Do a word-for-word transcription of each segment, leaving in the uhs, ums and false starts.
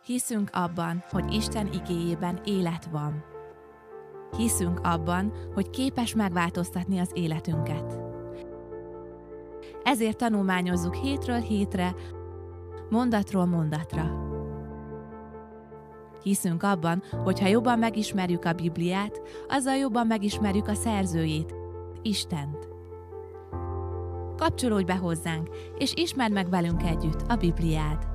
Hiszünk abban, hogy Isten igéjében élet van. Hiszünk abban, hogy képes megváltoztatni az életünket. Ezért tanulmányozzuk hétről hétre, mondatról mondatra. Hiszünk abban, hogy ha jobban megismerjük a Bibliát, azzal jobban megismerjük a szerzőjét, Istent. Kapcsolódj be hozzánk, és ismerd meg velünk együtt a Bibliát.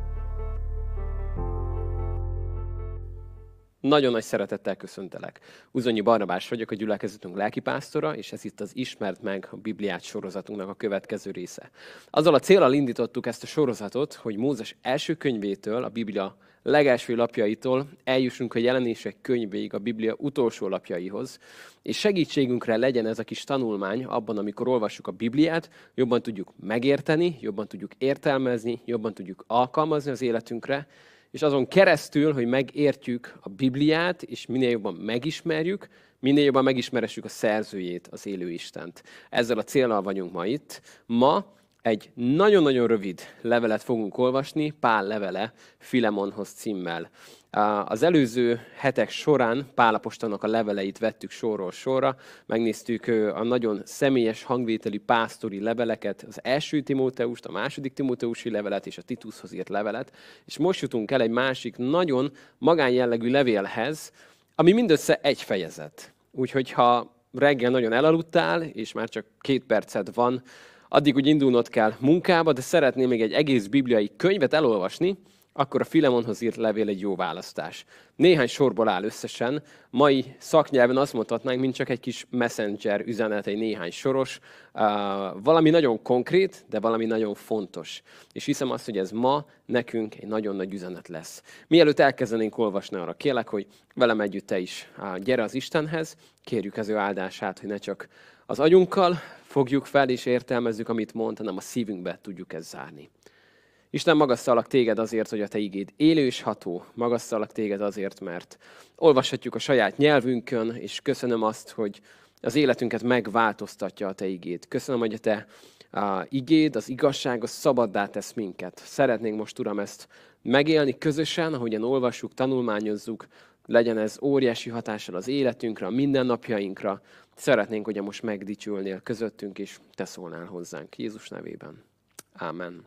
Nagyon nagy szeretettel köszöntelek. Uzonyi Barnabás vagyok, a gyülekezetünk lelkipásztora, és ez itt az Ismerd meg a Bibliát sorozatunknak a következő része. Azzal a céllal indítottuk ezt a sorozatot, hogy Mózes első könyvétől, a Biblia legelső lapjaitól eljussunk a Jelenések könyvéig, a Biblia utolsó lapjaihoz, és segítségünkre legyen ez a kis tanulmány abban, amikor olvassuk a Bibliát, jobban tudjuk megérteni, jobban tudjuk értelmezni, jobban tudjuk alkalmazni az életünkre, és azon keresztül, hogy megértjük a Bibliát, és minél jobban megismerjük, minél jobban megismeressük a szerzőjét, az élő Istent. Ezzel a céllal vagyunk ma itt. Ma egy nagyon-nagyon rövid levelet fogunk olvasni, Pál levele Filemonhoz címmel. Az előző hetek során Pál apostolnak a leveleit vettük sorról sorra, megnéztük a nagyon személyes hangvételi pásztori leveleket, az első Timóteust, a második Timóteusi levelet és a Titushoz írt levelet, és most jutunk el egy másik nagyon magánjellegű levélhez, ami mindössze egy fejezet. Úgyhogy ha reggel nagyon elaludtál, és már csak két perced van, addig úgy indulnod kell munkába, de szeretném még egy egész bibliai könyvet elolvasni, akkor a Filemonhoz írt levél egy jó választás. Néhány sorból áll összesen, mai szaknyelven azt mondhatnánk, mint csak egy kis messenger üzenet, egy néhány soros, uh, valami nagyon konkrét, de valami nagyon fontos. És hiszem azt, hogy ez ma nekünk egy nagyon nagy üzenet lesz. Mielőtt elkezdenénk olvasni, arra kérlek, hogy velem együtt te is uh, gyere az Istenhez, kérjük az ő áldását, hogy ne csak az agyunkkal fogjuk fel és értelmezzük, amit mond, hanem a szívünkbe tudjuk ezt zárni. Isten, magasztalak téged azért, hogy a te igéd élő és ható. Magasztalak téged azért, mert olvashatjuk a saját nyelvünkön, és köszönöm azt, hogy az életünket megváltoztatja a te igéd. Köszönöm, hogy a te a igéd, az igazság, az szabaddá tesz minket. Szeretnénk most, Uram, ezt megélni közösen, ahogyan olvassuk, tanulmányozzuk, legyen ez óriási hatással az életünkre, a mindennapjainkra. Szeretnénk, hogy most megdicsülnél közöttünk, és te szólnál hozzánk. Jézus nevében. Ámen.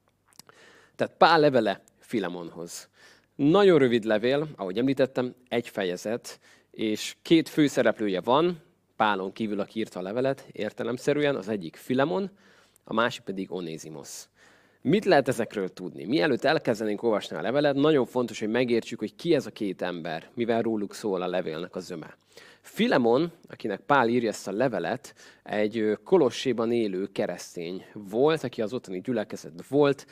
Tehát Pál levele Filemonhoz. Nagyon rövid levél, ahogy említettem, egy fejezet, és két főszereplője van, Pálon kívül, aki írta a levelet, értelemszerűen, az egyik Filemon, a másik pedig Onézimosz. Mit lehet ezekről tudni? Mielőtt elkezdenénk olvasni a levelet, nagyon fontos, hogy megértsük, hogy ki ez a két ember, mivel róluk szól a levélnek a zöme. Filemon, akinek Pál írja ezt a levelet, egy Kolosséban élő keresztény volt, aki az ottani gyülekezet volt.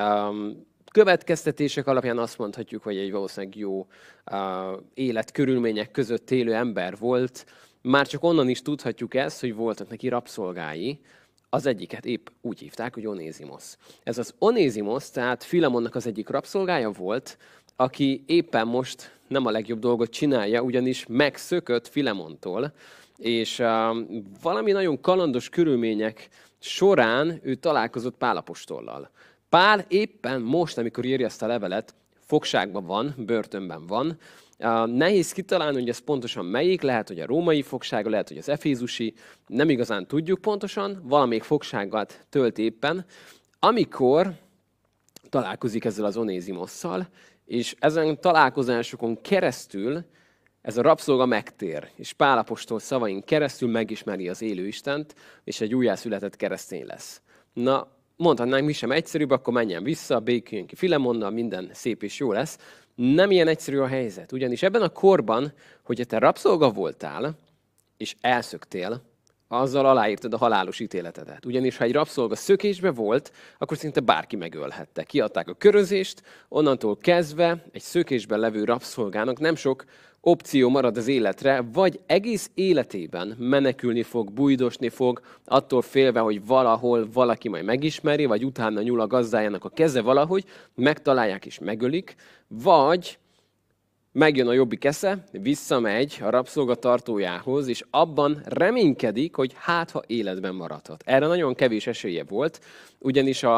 Következtetések alapján azt mondhatjuk, hogy egy valószínűleg jó életkörülmények között élő ember volt. Már csak onnan is tudhatjuk ezt, hogy voltak neki rabszolgái. Az egyiket épp úgy hívták, hogy Onézimosz. Ez az Onézimosz, tehát Filemonnak az egyik rabszolgája volt, aki éppen most nem a legjobb dolgot csinálja, ugyanis megszökött Filemontól, és uh, valami nagyon kalandos körülmények során ő találkozott Pál apostollal. Pál éppen most, amikor írja ezt a levelet, fogságban van, börtönben van. Uh, nehéz kitalálni, hogy ez pontosan melyik, lehet, hogy a római fogsága, lehet, hogy az efézusi, nem igazán tudjuk pontosan, valamelyik fogságot tölt éppen, amikor találkozik ezzel az Onézimosszal, és ezen találkozásokon keresztül ez a rabszolga megtér, és Pál apostol szavain keresztül megismeri az élő Istent, és egy újjászületett keresztény lesz. Na, mondhatnánk, mi sem egyszerűbb, akkor menjen vissza, béküljön ki Filemonnal, minden szép és jó lesz. Nem ilyen egyszerű a helyzet, ugyanis ebben a korban, hogyha te rabszolga voltál, és elszöktél, azzal aláírtad a halálos ítéletedet. Ugyanis ha egy rabszolga szökésbe volt, akkor szinte bárki megölhette. Kiadták a körözést, onnantól kezdve egy szökésben levő rabszolgának nem sok opció marad az életre, vagy egész életében menekülni fog, bújdosni fog, attól félve, hogy valahol valaki majd megismeri, vagy utána nyúl a gazdájának a keze valahogy, megtalálják és megölik, vagy megjön a jobbik esze, visszamegy a rabszolgatartójához, és abban reménykedik, hogy hát, ha életben maradhat. Erre nagyon kevés esélye volt, ugyanis a,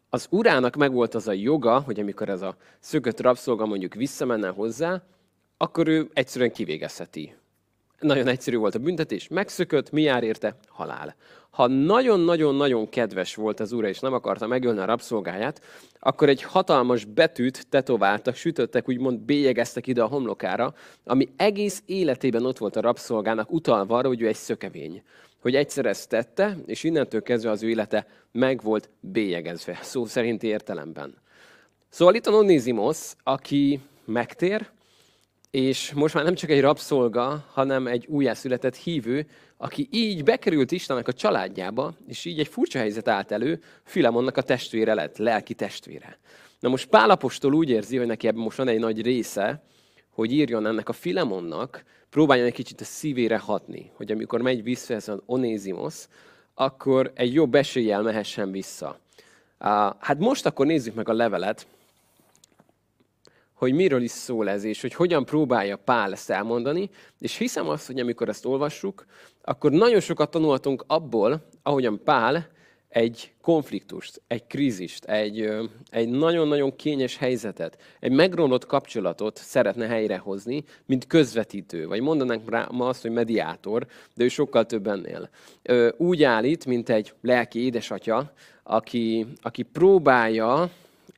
az urának megvolt az a joga, hogy amikor ez a szökött rabszolga mondjuk visszamenne hozzá, akkor ő egyszerűen kivégezheti. Nagyon egyszerű volt a büntetés, megszökött, mi jár érte? Halál. Ha nagyon-nagyon-nagyon kedves volt az ura, és nem akarta megölni a rabszolgáját, akkor egy hatalmas betűt tetováltak, sütöttek, úgymond bélyegeztek ide a homlokára, ami egész életében ott volt a rabszolgának, utalva arra, hogy ő egy szökevény. Hogy egyszer ezt tette, és innentől kezdve az ő élete meg volt bélyegezve, szó szerinti értelemben. Szóval itt a Onézimosz, aki megtér, és most már nem csak egy rabszolga, hanem egy újjászületett hívő, aki így bekerült Istennek a családjába, és így egy furcsa helyzet állt elő, Filemonnak a testvére lett, lelki testvére. Na most Pál apostol úgy érzi, hogy neki ebben most van egy nagy része, hogy írjon ennek a Filemonnak, próbáljon egy kicsit a szívére hatni, hogy amikor megy vissza ez az Onézimosz, akkor egy jobb eséllyel mehessen vissza. Hát most akkor nézzük meg a levelet, hogy miről is szól ez, és hogy hogyan próbálja Pál ezt elmondani, és hiszem azt, hogy amikor ezt olvassuk, akkor nagyon sokat tanulhatunk abból, ahogyan Pál egy konfliktust, egy krízist, egy, egy nagyon-nagyon kényes helyzetet, egy megromlott kapcsolatot szeretne helyrehozni, mint közvetítő, vagy mondanánk rá ma azt, hogy mediátor, de ő sokkal több ennél. Úgy állít, mint egy lelki édesatya, aki, aki próbálja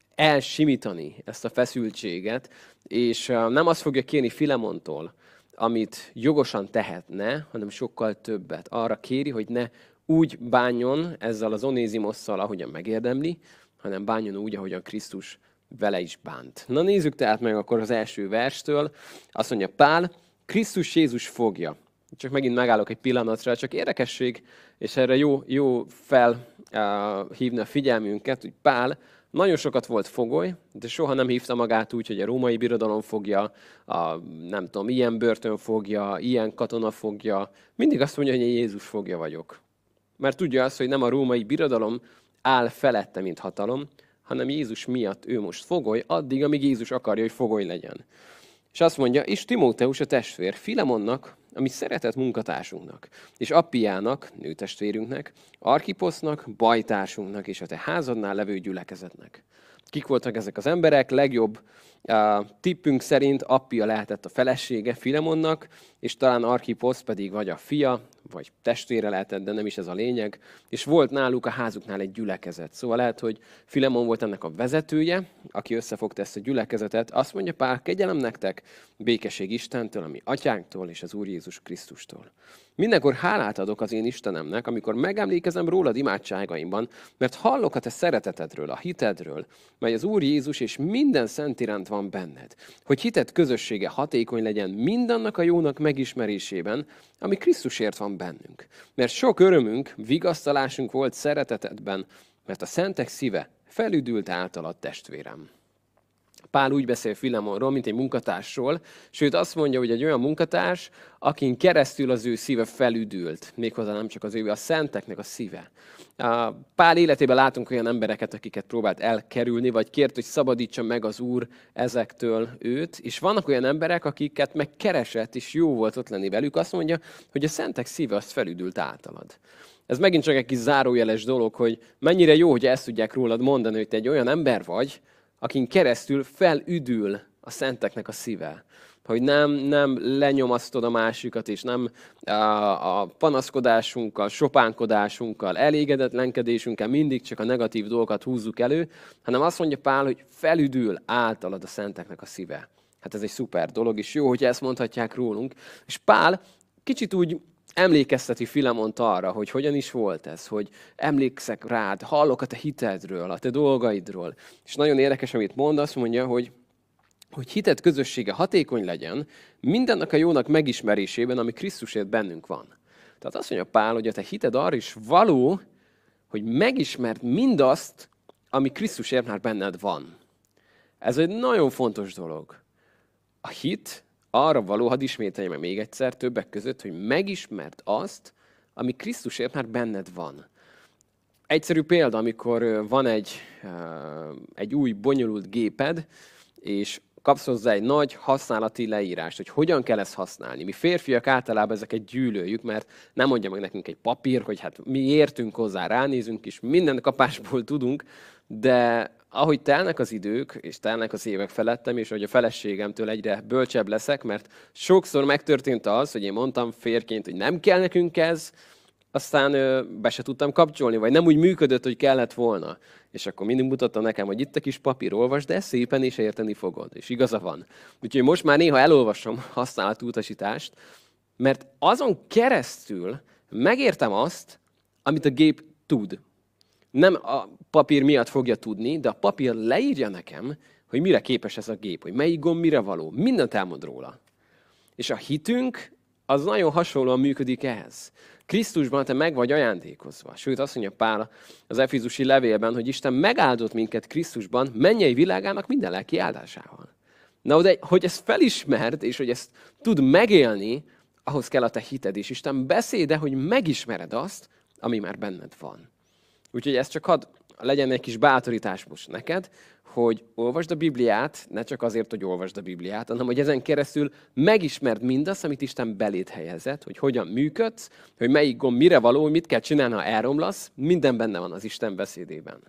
elsimítani ezt a feszültséget, és nem azt fogja kérni Filemontól, amit jogosan tehetne, hanem sokkal többet. Arra kéri, hogy ne úgy bánjon ezzel az Onézimosszal, ahogyan megérdemli, hanem bánjon úgy, ahogyan Krisztus vele is bánt. Na nézzük tehát meg akkor az első verstől. Azt mondja Pál, Krisztus Jézus fogja. Csak megint megállok egy pillanatra, csak érdekesség, és erre jó, jó felhívni a figyelmünket, hogy Pál nagyon sokat volt fogoly, de soha nem hívta magát úgy, hogy a római birodalom fogja, a, nem tudom, ilyen börtön fogja, ilyen katona fogja. Mindig azt mondja, hogy én Jézus fogja vagyok. Mert tudja azt, hogy nem a római birodalom áll felette, mint hatalom, hanem Jézus miatt ő most fogoly, addig, amíg Jézus akarja, hogy fogoly legyen. És azt mondja, és Timóteus a testvér, Filemonnak, ami szeretett munkatársunknak, és Appiának, nőtestvérünknek, Archiposznak, bajtársunknak, és a te házadnál levő gyülekezetnek. Kik voltak ezek az emberek? Legjobb uh, tippünk szerint Appia lehetett a felesége Filemonnak, és talán Archiposz pedig vagy a fia, vagy testvére lehetett, de nem is ez a lényeg. És volt náluk a házuknál egy gyülekezet. Szóval lehet, hogy Filemon volt ennek a vezetője, aki összefogta ezt a gyülekezetet. Azt mondja Pál, kegyelem nektek, békesség Istentől, ami atyánktól és az Úr Jézus Krisztustól. Mindenkor hálát adok az én Istenemnek, amikor megemlékezem rólad imádságaimban, mert hallok a te szeretetedről, a hitedről, mely az Úr Jézus és minden szent iránt van benned, hogy hited közössége hatékony legyen mindannak a jónak megismerésében, ami Krisztusért van bennünk. Mert sok örömünk, vigasztalásunk volt szeretetedben, mert a szentek szíve felüdült általad, testvérem. Pál úgy beszél Filemonról, mint egy munkatársról, sőt azt mondja, hogy egy olyan munkatárs, akin keresztül az ő szíve felüdült, méghozzá nem csak az ő, a szenteknek a szíve. Pál életében látunk olyan embereket, akiket próbált elkerülni, vagy kért, hogy szabadítsa meg az Úr ezektől őt, és vannak olyan emberek, akiket megkeresett, és jó volt ott lenni velük, azt mondja, hogy a szentek szíve az felüdült általad. Ez megint csak egy kis zárójeles dolog, hogy mennyire jó, hogy ezt tudják rólad mondani, hogy te egy olyan ember vagy, akin keresztül felüdül a szenteknek a szíve. Hogy nem, nem lenyomasztod a másikat, és nem a, a panaszkodásunkkal, sopánkodásunkkal, elégedetlenkedésünkkel mindig csak a negatív dolgokat húzzuk elő, hanem azt mondja Pál, hogy felüdül általad a szenteknek a szíve. Hát ez egy szuper dolog, és jó, hogy ezt mondhatják rólunk. És Pál kicsit úgy emlékezteti Filemont arra, hogy hogyan is volt ez, hogy emlékszek rád, hallok a te hitedről, a te dolgaidról. És nagyon érdekes, amit mond, azt mondja, hogy, hogy hited közössége hatékony legyen mindennek a jónak megismerésében, ami Krisztusért bennünk van. Tehát azt mondja Pál, hogy a te hited arra is való, hogy megismerd mindazt, ami Krisztusért már benned van. Ez egy nagyon fontos dolog. A hit arra való, hadd ismételjem meg még egyszer többek között, hogy megismerd azt, ami Krisztusért már benned van. Egyszerű példa, amikor van egy, egy új, bonyolult géped, és kapsz hozzá egy nagy használati leírást, hogy hogyan kell ezt használni. Mi férfiak általában ezeket gyűlöljük, mert nem mondja meg nekünk egy papír, hogy hát mi értünk hozzá, ránézünk, és minden kapásból tudunk, De ahogy telnek az idők, és telnek az évek felettem, és hogy a feleségemtől egyre bölcsebb leszek, mert sokszor megtörtént az, hogy én mondtam férként, hogy nem kell nekünk ez, aztán ö, be se tudtam kapcsolni, vagy nem úgy működött, hogy kellett volna. És akkor mindig mutatta nekem, hogy itt a kis papír, olvasd, de szépen is érteni fogod. És igaza van. Úgyhogy most már néha elolvasom használati utasítást, mert azon keresztül megértem azt, amit a gép tud. Nem a papír miatt fogja tudni, de a papír leírja nekem, hogy mire képes ez a gép, hogy melyik gomb mire való. Mindent elmond róla. És a hitünk az nagyon hasonlóan működik ehhez. Krisztusban te meg vagy ajándékozva. Sőt, azt mondja Pál az Efézusi levélben, hogy Isten megáldott minket Krisztusban mennyei világának minden lelki áldásával. Na, de hogy ezt felismerd, és hogy ezt tud megélni, ahhoz kell a te hited, és Isten beszéde, hogy megismered azt, ami már benned van. Úgyhogy ez csak hadd legyen egy kis bátorítás most neked, hogy olvasd a Bibliát, ne csak azért, hogy olvasd a Bibliát, hanem hogy ezen keresztül megismerd mindazt, amit Isten beléd helyezett, hogy hogyan működsz, hogy melyik gomb mire való, mit kell csinálni, ha elromlasz, minden benne van az Isten beszédében.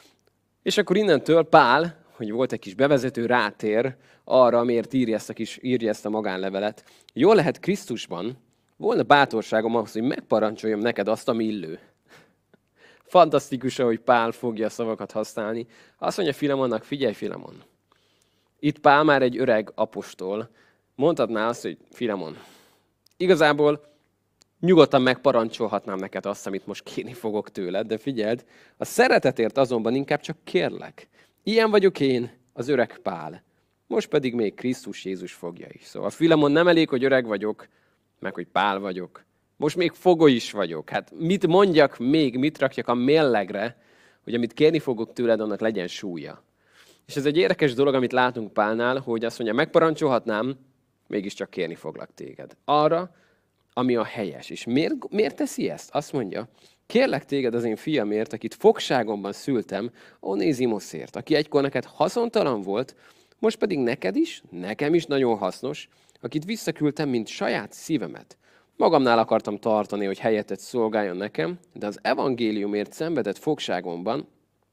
És akkor innentől Pál, hogy volt egy kis bevezető, rátér arra, miért írja ezt a, kis, írja ezt a magánlevelet. Jól lehet Krisztusban, volna bátorságom ahhoz, hogy megparancsoljam neked azt, ami illő. Fantasztikus, ahogy Pál fogja a szavakat használni. Azt mondja Filemonnak, figyelj Filemon, itt Pál már egy öreg apostol, mondhatná azt, hogy Filemon, igazából nyugodtan megparancsolhatnám neked azt, amit most kérni fogok tőled, de figyeld, a szeretetért azonban inkább csak kérlek. Ilyen vagyok én, az öreg Pál. Most pedig még Krisztus Jézus fogja is. Szóval Filemon, nem elég, hogy öreg vagyok, meg hogy Pál vagyok. Most még fogoly is vagyok. Hát mit mondjak még, mit rakjak a méllegre, hogy amit kérni fogok tőled, annak legyen súlya. És ez egy érdekes dolog, amit látunk Pálnál, hogy azt mondja, megparancsolhatnám, mégiscsak kérni foglak téged. Arra, ami a helyes. És miért, miért teszi ezt? Azt mondja, kérlek téged az én fiamért, akit fogságomban szültem, Onézimoszért, aki egykor neked haszontalan volt, most pedig neked is, nekem is nagyon hasznos, akit visszaküldtem, mint saját szívemet. Magamnál akartam tartani, hogy helyettet szolgáljon nekem, de az evangéliumért szenvedett fogságomban,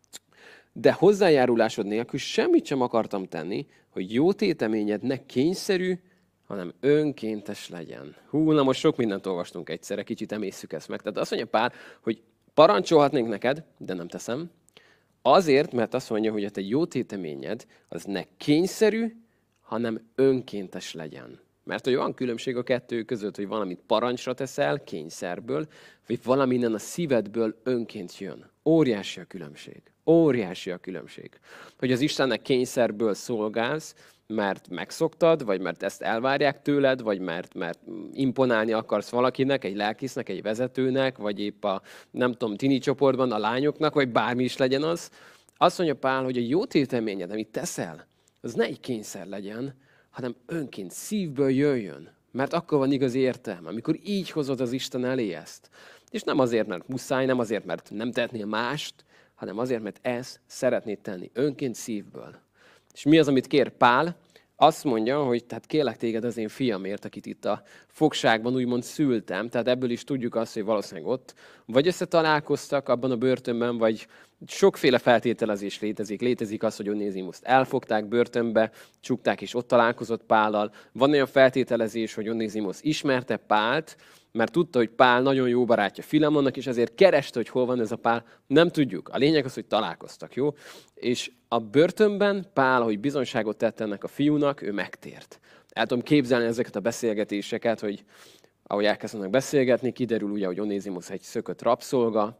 de hozzájárulásod nélkül semmit sem akartam tenni, hogy jó téteményed ne kényszerű, hanem önkéntes legyen. Hú, na most sok mindent olvastunk egyszerre, kicsit emészszük ezt meg. Tehát azt mondja Pál, hogy parancsolhatnék neked, de nem teszem. Azért, mert azt mondja, hogy a te jó téteményed az ne kényszerű, hanem önkéntes legyen. Mert hogy van különbség a kettő között, hogy valamit parancsra teszel, kényszerből, vagy valaminnen a szívedből önként jön. Óriási a különbség. Óriási a különbség. Hogy az Istennek kényszerből szolgálsz, mert megszoktad, vagy mert ezt elvárják tőled, vagy mert, mert imponálni akarsz valakinek, egy lelkésznek, egy vezetőnek, vagy épp a, nem tudom, tini csoportban a lányoknak, vagy bármi is legyen az. Azt mondja Pál, hogy a jó téteményed, amit teszel, az ne egy kényszer legyen, hanem önként szívből jöjjön. Mert akkor van igazi értelme, amikor így hozod az Isten elé ezt. És nem azért, mert muszáj, nem azért, mert nem tehetnél mást, hanem azért, mert ezt szeretnéd tenni, önként szívből. És mi az, amit kér Pál? Azt mondja, hogy tehát kérlek téged az én fiamért, akit itt a fogságban úgymond szültem, tehát ebből is tudjuk azt, hogy valószínűleg ott vagy összetalálkoztak abban a börtönben, vagy sokféle feltételezés létezik. Létezik az, hogy Onézimoszt elfogták, börtönbe csukták, és ott találkozott Pállal. Van olyan feltételezés, hogy Onézimosz ismerte Pált, mert tudta, hogy Pál nagyon jó barátja Filemonnak, és ezért kereste, hogy hol van ez a Pál. Nem tudjuk. A lényeg az, hogy találkoztak, jó? És a börtönben Pál, hogy bizonyságot tett ennek a fiúnak, ő megtért. El tudom képzelni ezeket a beszélgetéseket, hogy ahogy elkezdenek beszélgetni, kiderül ugye, hogy Onézimosz egy szökött rabszolga,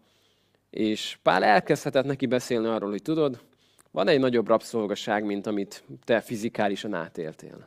és Pál elkezdhetett neki beszélni arról, hogy tudod, van egy nagyobb rabszolgaság, mint amit te fizikálisan átéltél.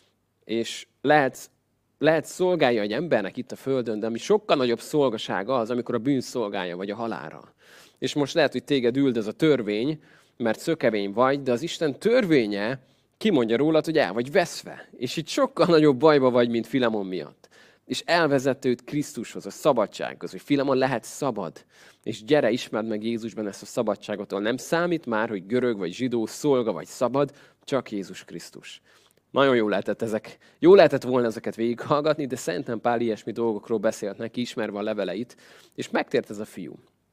És lehetsz Lehet szolgálja egy embernek itt a földön, de ami sokkal nagyobb szolgasága az, amikor a bűn szolgálja, vagy a halálra. És most lehet, hogy téged üldöz a törvény, mert szökevény vagy, de az Isten törvénye kimondja rólad, hogy el vagy veszve. És itt sokkal nagyobb bajba vagy, mint Filemon miatt. És elvezette őt Krisztushoz, a szabadsághoz, hogy Filemon lehet szabad. És gyere, ismerd meg Jézusban ezt a szabadságot, nem számít már, hogy görög vagy zsidó, szolga vagy szabad, csak Jézus Krisztus. Nagyon jó lehetett, ezek, jó lehetett volna ezeket végighallgatni, de szerintem Pál ilyesmi dolgokról beszélt neki, ismerve a leveleit, és megtért ez a fiú.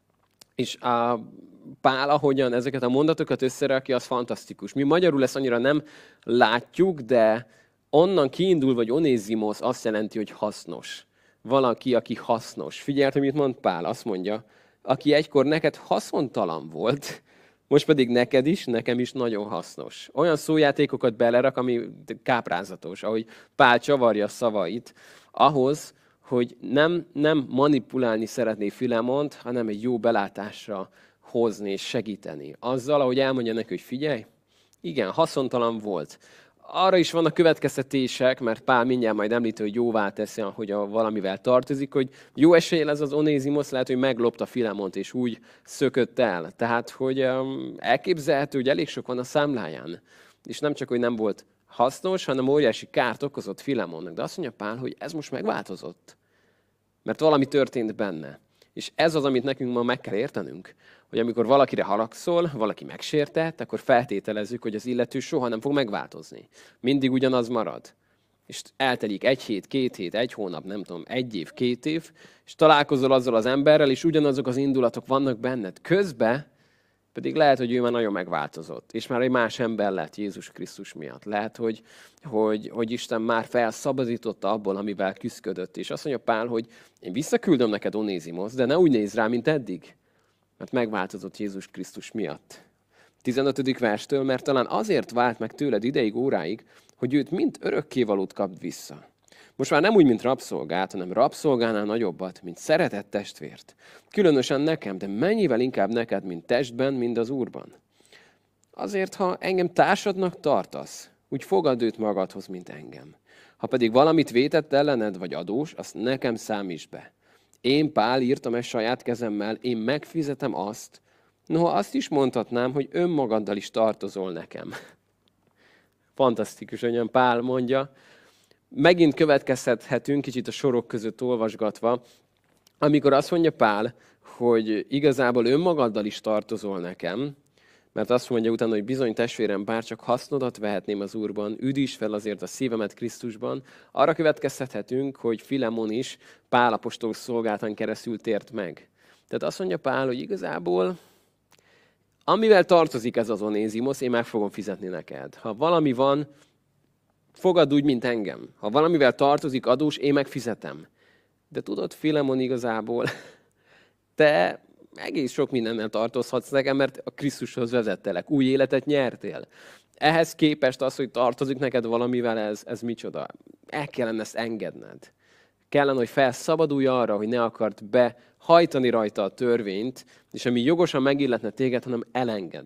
És a Pál, ahogyan ezeket a mondatokat összerakja, az fantasztikus. Mi magyarul ezt annyira nem látjuk, de onnan kiindul, vagy onézimosz azt jelenti, hogy hasznos. Valaki, aki hasznos. Figyeld, hogy mit mond Pál? Azt mondja, aki egykor neked haszontalan volt, most pedig neked is, nekem is nagyon hasznos. Olyan szójátékokat belerak, ami káprázatos, ahogy Pál csavarja a szavait, ahhoz, hogy nem, nem manipulálni szeretné Filemont, hanem egy jó belátásra hozni és segíteni. Azzal, ahogy elmondja neki, hogy figyelj, igen, haszontalan volt. Arra is vannak következtetések, mert Pál mindjárt majd említi, hogy jóvá teszi, hogy a valamivel tartozik, hogy jó eséllyel ez az Onézimosz lehet, hogy meglopta Filemont, és úgy szökött el. Tehát, hogy elképzelhető, hogy elég sok van a számláján. És nem csak, hogy nem volt hasznos, hanem óriási kárt okozott Filemonnak. De azt mondja Pál, hogy ez most megváltozott. Mert valami történt benne. És ez az, amit nekünk ma meg kell értenünk, hogy amikor valakire haragszol, valaki megsértett, akkor feltételezzük, hogy az illető soha nem fog megváltozni. Mindig ugyanaz marad. És eltelik egy hét, két hét, egy hónap, nem tudom, egy év, két év, és találkozol azzal az emberrel, és ugyanazok az indulatok vannak benned. Közben pedig lehet, hogy ő már nagyon megváltozott, és már egy más ember lett Jézus Krisztus miatt. Lehet, hogy, hogy, hogy Isten már felszabadította abból, amivel küszködött. És azt mondja Pál, hogy én visszaküldöm neked Onézimosz, de ne úgy nézz rá, mint eddig, mert megváltozott Jézus Krisztus miatt. tizenötödik verstől, mert talán azért vált meg tőled ideig, óráig, hogy őt mint örökkévalót kapd vissza. Most már nem úgy, mint rabszolgát, hanem rabszolgánál nagyobbat, mint szeretett testvért. Különösen nekem, de mennyivel inkább neked, mint testben, mint az Úrban. Azért, ha engem társadnak tartasz, úgy fogadd őt magadhoz, mint engem. Ha pedig valamit vétett ellened, vagy adós, azt nekem számíts be. Én, Pál, írtam ezt saját kezemmel, én megfizetem azt, noha azt is mondhatnám, hogy önmagaddal is tartozol nekem. Fantasztikus, ahogyan Pál mondja. Megint következhetünk, kicsit a sorok között olvasgatva, amikor azt mondja Pál, hogy igazából önmagaddal is tartozol nekem, mert azt mondja utána, hogy bizony testvérem, bár csak hasznodat vehetném az Úrban, üdíts fel azért a szívemet Krisztusban, arra következtethetünk, hogy Filemon is Pál apostol szolgáltán keresztül tért meg. Tehát azt mondja Pál, hogy igazából amivel tartozik ez az Onézimosz, én meg fogom fizetni neked. Ha valami van, fogadd úgy, mint engem. Ha valamivel tartozik adós, én megfizetem. De tudod, Filemon, igazából te egész sok mindennel tartozhatsz nekem, mert a Krisztushoz vezettelek. Új életet nyertél. Ehhez képest az, hogy tartozik neked valamivel, ez, ez micsoda? El kellene ezt engedned. Kellene, hogy felszabadulj arra, hogy ne akart behajtani rajta a törvényt, és ami jogosan megilletne téged, hanem elengedd.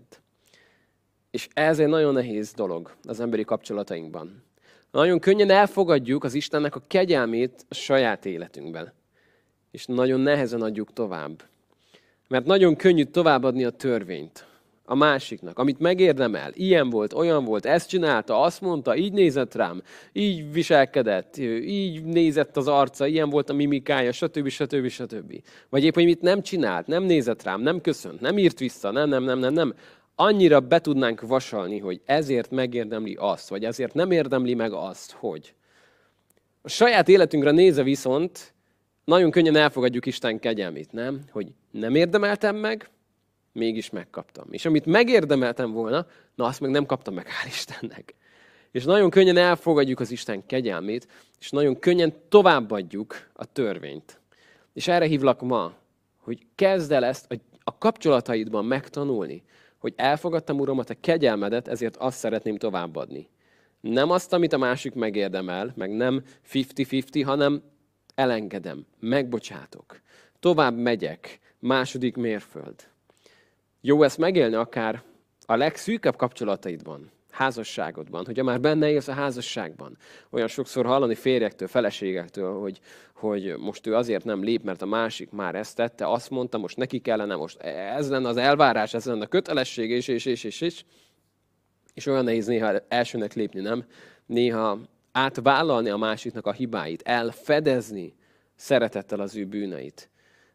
És ez egy nagyon nehéz dolog az emberi kapcsolatainkban. Nagyon könnyen elfogadjuk az Istennek a kegyelmét a saját életünkben. És nagyon nehezen adjuk tovább. Mert nagyon könnyű továbbadni a törvényt a másiknak, amit megérdemel. Ilyen volt, olyan volt, ezt csinálta, azt mondta, így nézett rám, így viselkedett, így nézett az arca, ilyen volt a mimikája, stb. stb. stb. Vagy épp, hogy mit nem csinált, nem nézett rám, nem köszönt, nem írt vissza, nem, nem, nem, nem, nem. Annyira be tudnánk vasalni, hogy ezért megérdemli azt, vagy ezért nem érdemli meg azt, hogy. A saját életünkre nézve viszont nagyon könnyen elfogadjuk Isten kegyelmét, nem? Hogy nem érdemeltem meg, mégis megkaptam. És amit megérdemeltem volna, na azt meg nem kaptam meg, hál' Istennek. És nagyon könnyen elfogadjuk az Isten kegyelmét, és nagyon könnyen továbbadjuk a törvényt. És erre hívlak ma, hogy kezd el ezt a, a kapcsolataidban megtanulni, hogy elfogadtam, Uram, a te kegyelmedet, ezért azt szeretném továbbadni. Nem azt, amit a másik megérdemel, meg nem fifty-fifty, hanem elengedem, megbocsátok, tovább megyek, második mérföld. Jó ezt megélni akár a legszűkebb kapcsolataidban, házasságodban, hogyha már benne élsz a házasságban. Olyan sokszor hallani férjektől, feleségektől, hogy, hogy most ő azért nem lép, mert a másik már ezt tette, azt mondta, most neki kellene, most ez lenne az elvárás, ez lenne a kötelesség, és, és, és, és, és. És olyan nehéz néha elsőnek lépni, nem? Néha átvállalni a másiknak a hibáit, elfedezni szeretettel az ő bűneit.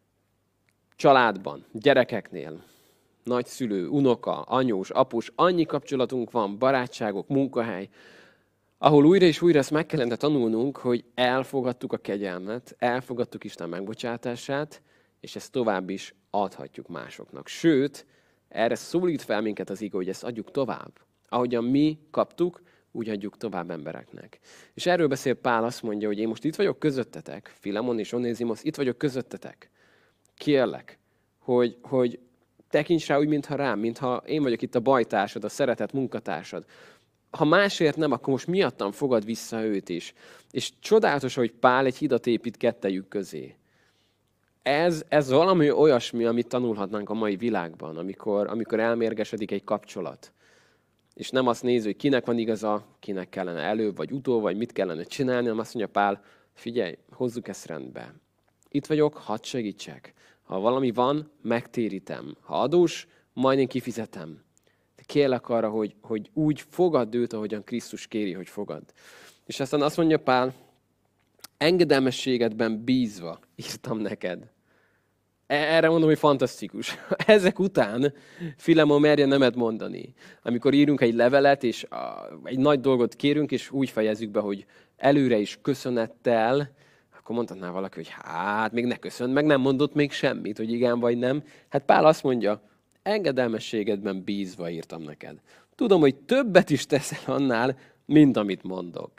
Családban, gyerekeknél, nagyszülő, unoka, anyós, apus, annyi kapcsolatunk van, barátságok, munkahely, ahol újra és újra ezt meg kellene tanulnunk, hogy elfogadtuk a kegyelmet, elfogadtuk Isten megbocsátását, és ezt tovább is adhatjuk másoknak. Sőt, erre szólít fel minket az ige, hogy ezt adjuk tovább. Ahogyan mi kaptuk, úgy adjuk tovább embereknek. És erről beszél Pál, azt mondja, hogy én most itt vagyok közöttetek, Filemon és Onézimosz, itt vagyok közöttetek. Kérlek, hogy, hogy tekints rá úgy, mintha rám, mintha én vagyok itt a bajtársad, a szeretett munkatársad. Ha másért nem, akkor most miattam fogad vissza őt is. És csodálatos, hogy Pál egy hidat épít kettejük közé. Ez, ez valami olyasmi, amit tanulhatnánk a mai világban, amikor, amikor elmérgesedik egy kapcsolat. És nem azt néző, hogy kinek van igaza, kinek kellene előbb, vagy utól, vagy mit kellene csinálni, hanem azt mondja Pál, figyelj, hozzuk ezt rendbe. Itt vagyok, hadd segítsek. Ha valami van, megtérítem. Ha adós, majd én kifizetem. De kérlek arra, hogy, hogy úgy fogadd őt, ahogyan Krisztus kéri, hogy fogad. És aztán azt mondja Pál, engedelmességedben bízva írtam neked. Erre mondom, hogy fantasztikus. Ezek után Filemon merje nemet mondani. Amikor írunk egy levelet, és egy nagy dolgot kérünk, és úgy fejezzük be, hogy előre is köszönettel, akkor mondhatná valaki, hogy hát még ne köszönt, meg nem mondott még semmit, hogy igen vagy nem. Hát Pál azt mondja, engedelmességedben bízva írtam neked. Tudom, hogy többet is teszel annál, mint amit mondok.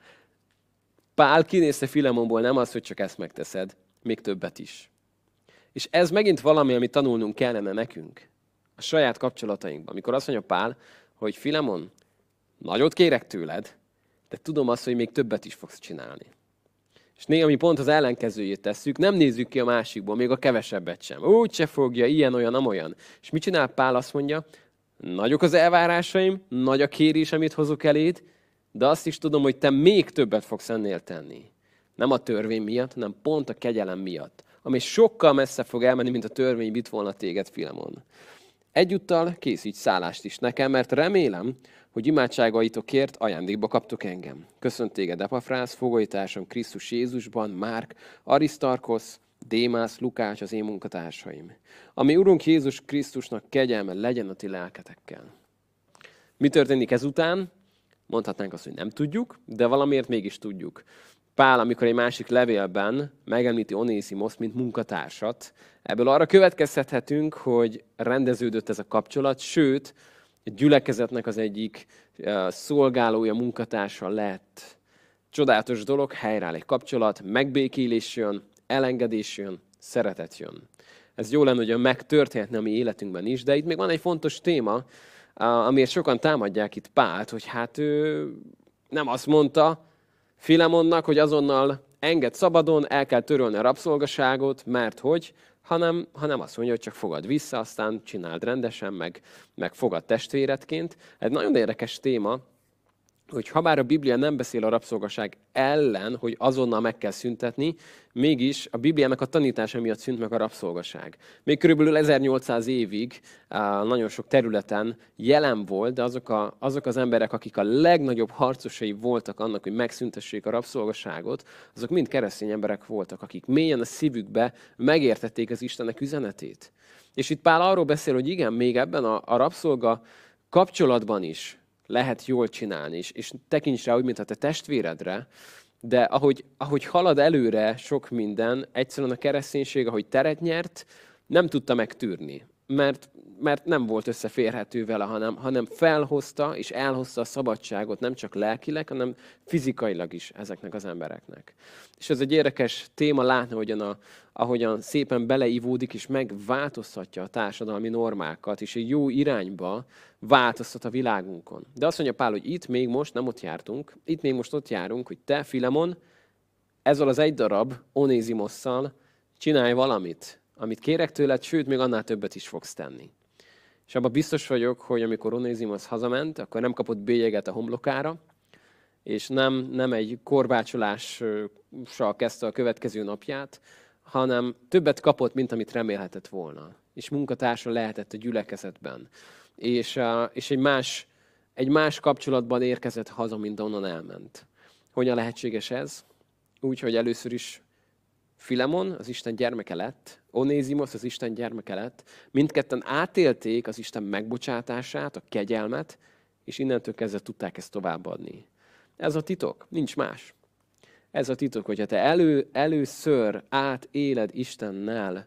Pál kinézte Filemonból nem az, hogy csak ezt megteszed, még többet is. És ez megint valami, amit tanulnunk kellene nekünk a saját kapcsolatainkban. Amikor azt mondja Pál, hogy Filemon, nagyot kérek tőled, de tudom azt, hogy még többet is fogsz csinálni. És néha mi pont az ellenkezőjét tesszük, nem nézzük ki a másikból, még a kevesebbet sem. Úgy se fogja, ilyen, olyan, amolyan. És mit csinál Pál? Azt mondja, nagyok az elvárásaim, nagy a kérés, amit hozok eléd, de azt is tudom, hogy te még többet fogsz ennél tenni. Nem a törvény miatt, hanem pont a kegyelem miatt, ami sokkal messze fog elmenni, mint a törvény vitt volna téged, Filemon. Egyúttal készíts szállást is nekem, mert remélem, hogy imádságaitokért ajándékba kaptok engem. Köszönt téged, Epafrász, fogolytársam Krisztus Jézusban, Márk, Arisztarkosz, Démász, Lukács, az én munkatársaim. Ami Urunk Jézus Krisztusnak kegyelme legyen a ti lelketekkel. Mi történik ezután? Mondhatnánk azt, hogy nem tudjuk, de valamiért mégis tudjuk. Pál, amikor egy másik levélben megemlíti Onézimoszt, mint munkatársat, ebből arra következtethetünk, hogy rendeződött ez a kapcsolat, sőt, a gyülekezetnek az egyik szolgálója, munkatársa lett. Csodálatos dolog, helyreáll egy kapcsolat, megbékélés jön, elengedés jön, szeretet jön. Ez jó lenne, hogy megtörténhetne a mi életünkben is, de itt még van egy fontos téma, amiért sokan támadják itt Pált, hogy hát ő nem azt mondta Filemonnak, hogy azonnal engedd szabadon, el kell törölni a rabszolgaságot, mert hogy, hanem, hanem azt mondja, hogy csak fogad vissza, aztán csináld rendesen, meg, meg fogad testvéredként. Ez nagyon érdekes téma, hogy habár a Biblia nem beszél a rabszolgaság ellen, hogy azonnal meg kell szüntetni, mégis a Bibliának a tanítása miatt szűnt meg a rabszolgaság. Még körülbelül ezernyolcszáz évig nagyon sok területen jelen volt, de azok, a, azok az emberek, akik a legnagyobb harcosai voltak annak, hogy megszüntessék a rabszolgaságot, azok mind keresztény emberek voltak, akik mélyen a szívükbe megértették az Istennek üzenetét. És itt Pál arról beszél, hogy igen, még ebben a, a rabszolga kapcsolatban is lehet jól csinálni, és, és tekints rá úgy, mint a te testvéredre, de ahogy, ahogy halad előre sok minden, egyszerűen a kereszténység, ahogy teret nyert, nem tudta megtűrni, mert, mert nem volt összeférhető vele, hanem, hanem felhozta és elhozta a szabadságot nem csak lelkileg, hanem fizikailag is ezeknek az embereknek. És ez egy érdekes téma látni, hogyan a, ahogyan szépen beleivódik, és megváltoztatja a társadalmi normákat, és egy jó irányba változtat a világunkon. De azt mondja Pál, hogy itt még most nem ott jártunk, itt még most ott járunk, hogy te, Filemon, ezzel az egy darab Onézimosszal csinálj valamit, amit kérek tőled, sőt, még annál többet is fogsz tenni. És abban biztos vagyok, hogy amikor Onézimosz hazament, akkor nem kapott bélyeget a homlokára, és nem, nem egy korbácsolással kezdte a következő napját, hanem többet kapott, mint amit remélhetett volna. És munkatársa lehetett a gyülekezetben. És, és egy, más, egy más kapcsolatban érkezett haza, mint onnan elment. Hogyan lehetséges ez? Úgy, hogy először is Filemon az Isten gyermeke lett, Onézimosz az Isten gyermeke lett, mindketten átélték az Isten megbocsátását, a kegyelmet, és innentől kezdve tudták ezt továbbadni. Ez a titok, nincs más. Ez a titok, hogyha te elő, először átéled Istennel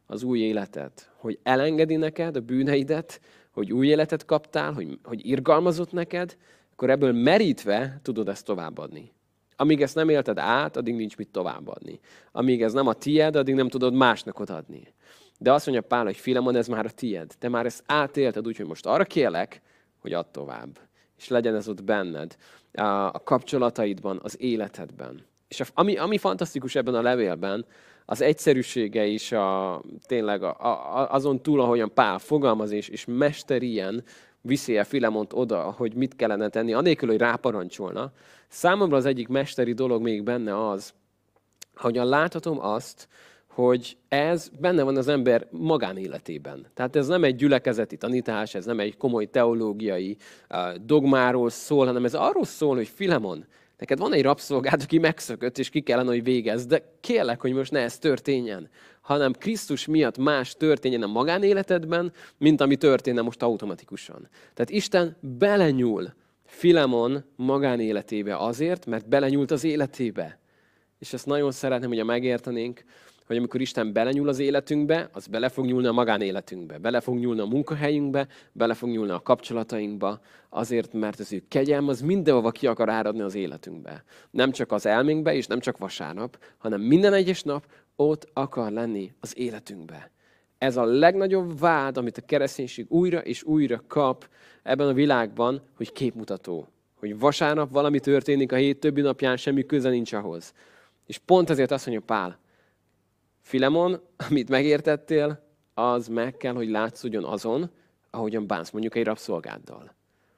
az új életet, hogy elengedi neked a bűneidet, hogy új életet kaptál, hogy, hogy irgalmazott neked, akkor ebből merítve tudod ezt továbbadni. Amíg ezt nem élted át, addig nincs mit továbbadni. Amíg ez nem a tied, addig nem tudod másnak odaadni. De azt mondja Pál, hogy Filemon, ez már a tied. Te már ezt átélted, úgyhogy most arra kérlek, hogy add tovább. És legyen ez ott benned, a kapcsolataidban, az életedben. És ami, ami fantasztikus ebben a levélben, az egyszerűsége is a, tényleg a, a, azon túl, ahogyan Pál fogalmaz, és, és mesterien viszi el Filemont oda, hogy mit kellene tenni, anélkül, hogy ráparancsolna. Számomra az egyik mesteri dolog még benne az, ahogyan láthatom azt, hogy ez benne van az ember magánéletében. Tehát ez nem egy gyülekezeti tanítás, ez nem egy komoly teológiai dogmáról szól, hanem ez arról szól, hogy Filemon, neked van egy rabszolgád, aki megszökött, és ki kellene, hogy végezz, de kérlek, hogy most ne ez történjen, hanem Krisztus miatt más történjen a magánéletedben, mint ami történne most automatikusan. Tehát Isten belenyúl Filemon magánéletébe azért, mert belenyúlt az életébe. És ezt nagyon szeretném, hogyha megértenénk, hogy amikor Isten belenyúl az életünkbe, az bele fog nyúlni a magánéletünkbe, bele fog nyúlni a munkahelyünkbe, bele fog nyúlni a kapcsolatainkba, azért, mert az ő kegyelm az mindenhova ki akar áradni az életünkbe. Nem csak az elménkbe, és nem csak vasárnap, hanem minden egyes nap ott akar lenni az életünkbe. Ez a legnagyobb vád, amit a kereszténység újra és újra kap ebben a világban, hogy képmutató. Hogy vasárnap valami történik, a hét többi napján semmi köze nincs ahhoz. És pont ezért azt mondja Pál, Filemon, amit megértettél, az meg kell, hogy látszódjon azon, ahogyan bánsz mondjuk egy rabszolgáddal.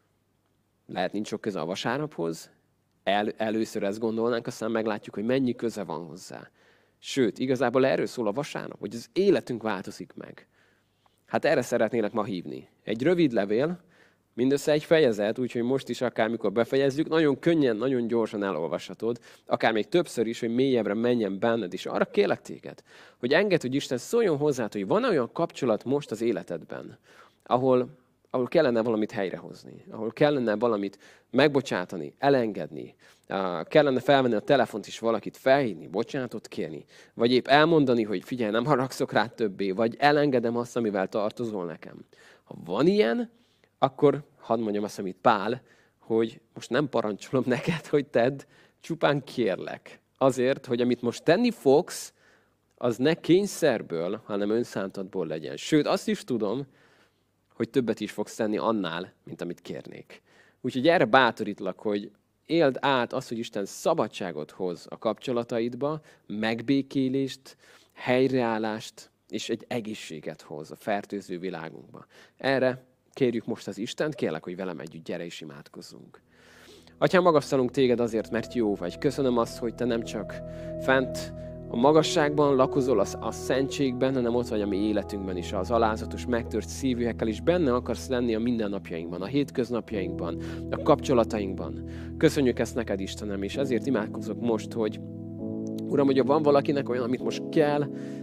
Lehet nincs sok köze a vasárnaphoz, El, először ezt gondolnánk, aztán meglátjuk, hogy mennyi köze van hozzá. Sőt, igazából erről szól a vasárnap, hogy az életünk változik meg. Hát erre szeretnélek ma hívni. Egy rövid levél, mindössze egy fejezet, úgyhogy most is akármikor befejezzük, nagyon könnyen, nagyon gyorsan elolvashatod, akár még többször is, hogy mélyebbre menjen benned, és arra kérlek téged, hogy engedd, hogy Isten szóljon hozzád, hogy van olyan kapcsolat most az életedben, ahol, ahol kellene valamit helyrehozni, ahol kellene valamit megbocsátani, elengedni, kellene felvenni a telefont és valakit felhívni, bocsánatot kérni, vagy épp elmondani, hogy figyelj, nem haragszok rád többé, vagy elengedem azt, amivel tartozol nekem. Ha van ilyen, akkor hadd mondjam azt, amit Pál, hogy most nem parancsolom neked, hogy tedd, csupán kérlek. Azért, hogy amit most tenni fogsz, az ne kényszerből, hanem önszántatból legyen. Sőt, azt is tudom, hogy többet is fogsz tenni annál, mint amit kérnék. Úgyhogy erre bátorítlak, hogy éld át azt, hogy Isten szabadságot hoz a kapcsolataidba, megbékélést, helyreállást, és egy egészséget hoz a fertőző világunkba. Erre kérjük most az Istent, kérlek, hogy velem együtt gyere és imádkozzunk. Atyám, magasztalunk téged azért, mert jó vagy. Köszönöm azt, hogy te nem csak fent a magasságban lakozol, a, a szentségben, hanem ott vagy a mi életünkben is, az alázatos, megtört szívűekkel is benne akarsz lenni a mindennapjainkban, a hétköznapjainkban, a kapcsolatainkban. Köszönjük ezt neked, Istenem, és ezért imádkozok most, hogy Uram, hogyha van valakinek olyan, amit most kell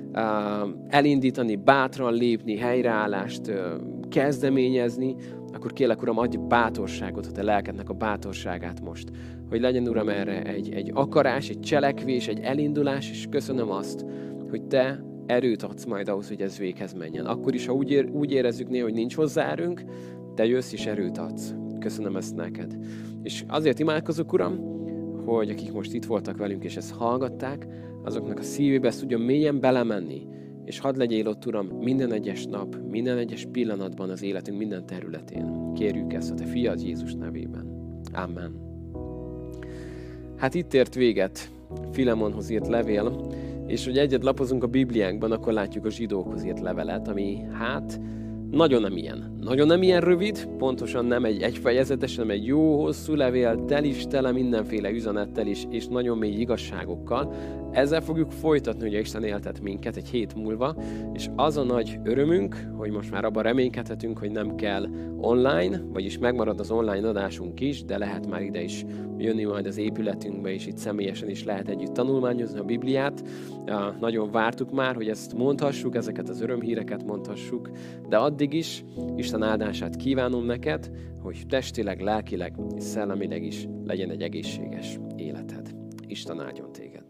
uh, elindítani, bátran lépni, helyreállást uh, kezdeményezni, akkor kérlek, Uram, adj bátorságot, a te lelkednek a bátorságát most. Hogy legyen, Uram, erre egy, egy akarás, egy cselekvés, egy elindulás, és köszönöm azt, hogy te erőt adsz majd ahhoz, hogy ez véghez menjen. Akkor is, ha úgy, ér, úgy érezzük néha, hogy nincs hozzá erőnk, te jössz és erőt adsz. Köszönöm ezt neked. És azért imádkozok, Uram, hogy akik most itt voltak velünk, és ezt hallgatták, azoknak a szívébe ezt tudjon mélyen belemenni, és hadd legyél ott, Uram, minden egyes nap, minden egyes pillanatban az életünk minden területén. Kérjük ezt a te fiad Jézus nevében. Amen. Hát itt ért véget Filemonhoz írt levél, és hogy egyet lapozunk a Bibliánkban, akkor látjuk a zsidókhoz írt levelet, ami hát nagyon nem ilyen. Nagyon nem ilyen rövid, pontosan nem egy egyfejezetes, hanem egy jó, hosszú levél, tel is tele mindenféle üzenettel is, és nagyon mély igazságokkal. Ezzel fogjuk folytatni, hogy Isten éltet minket egy hét múlva, és az a nagy örömünk, hogy most már abban reménykedhetünk, hogy nem kell online, vagyis megmarad az online adásunk is, de lehet már ide is jönni majd az épületünkbe, és itt személyesen is lehet együtt tanulmányozni a Bibliát. Nagyon vártuk már, hogy ezt mondhassuk, ezeket az örömhíreket mondhassuk, de addig is Isten áldását kívánom neked, hogy testileg, lelkileg és szellemileg is legyen egy egészséges életed. Isten áldjon téged!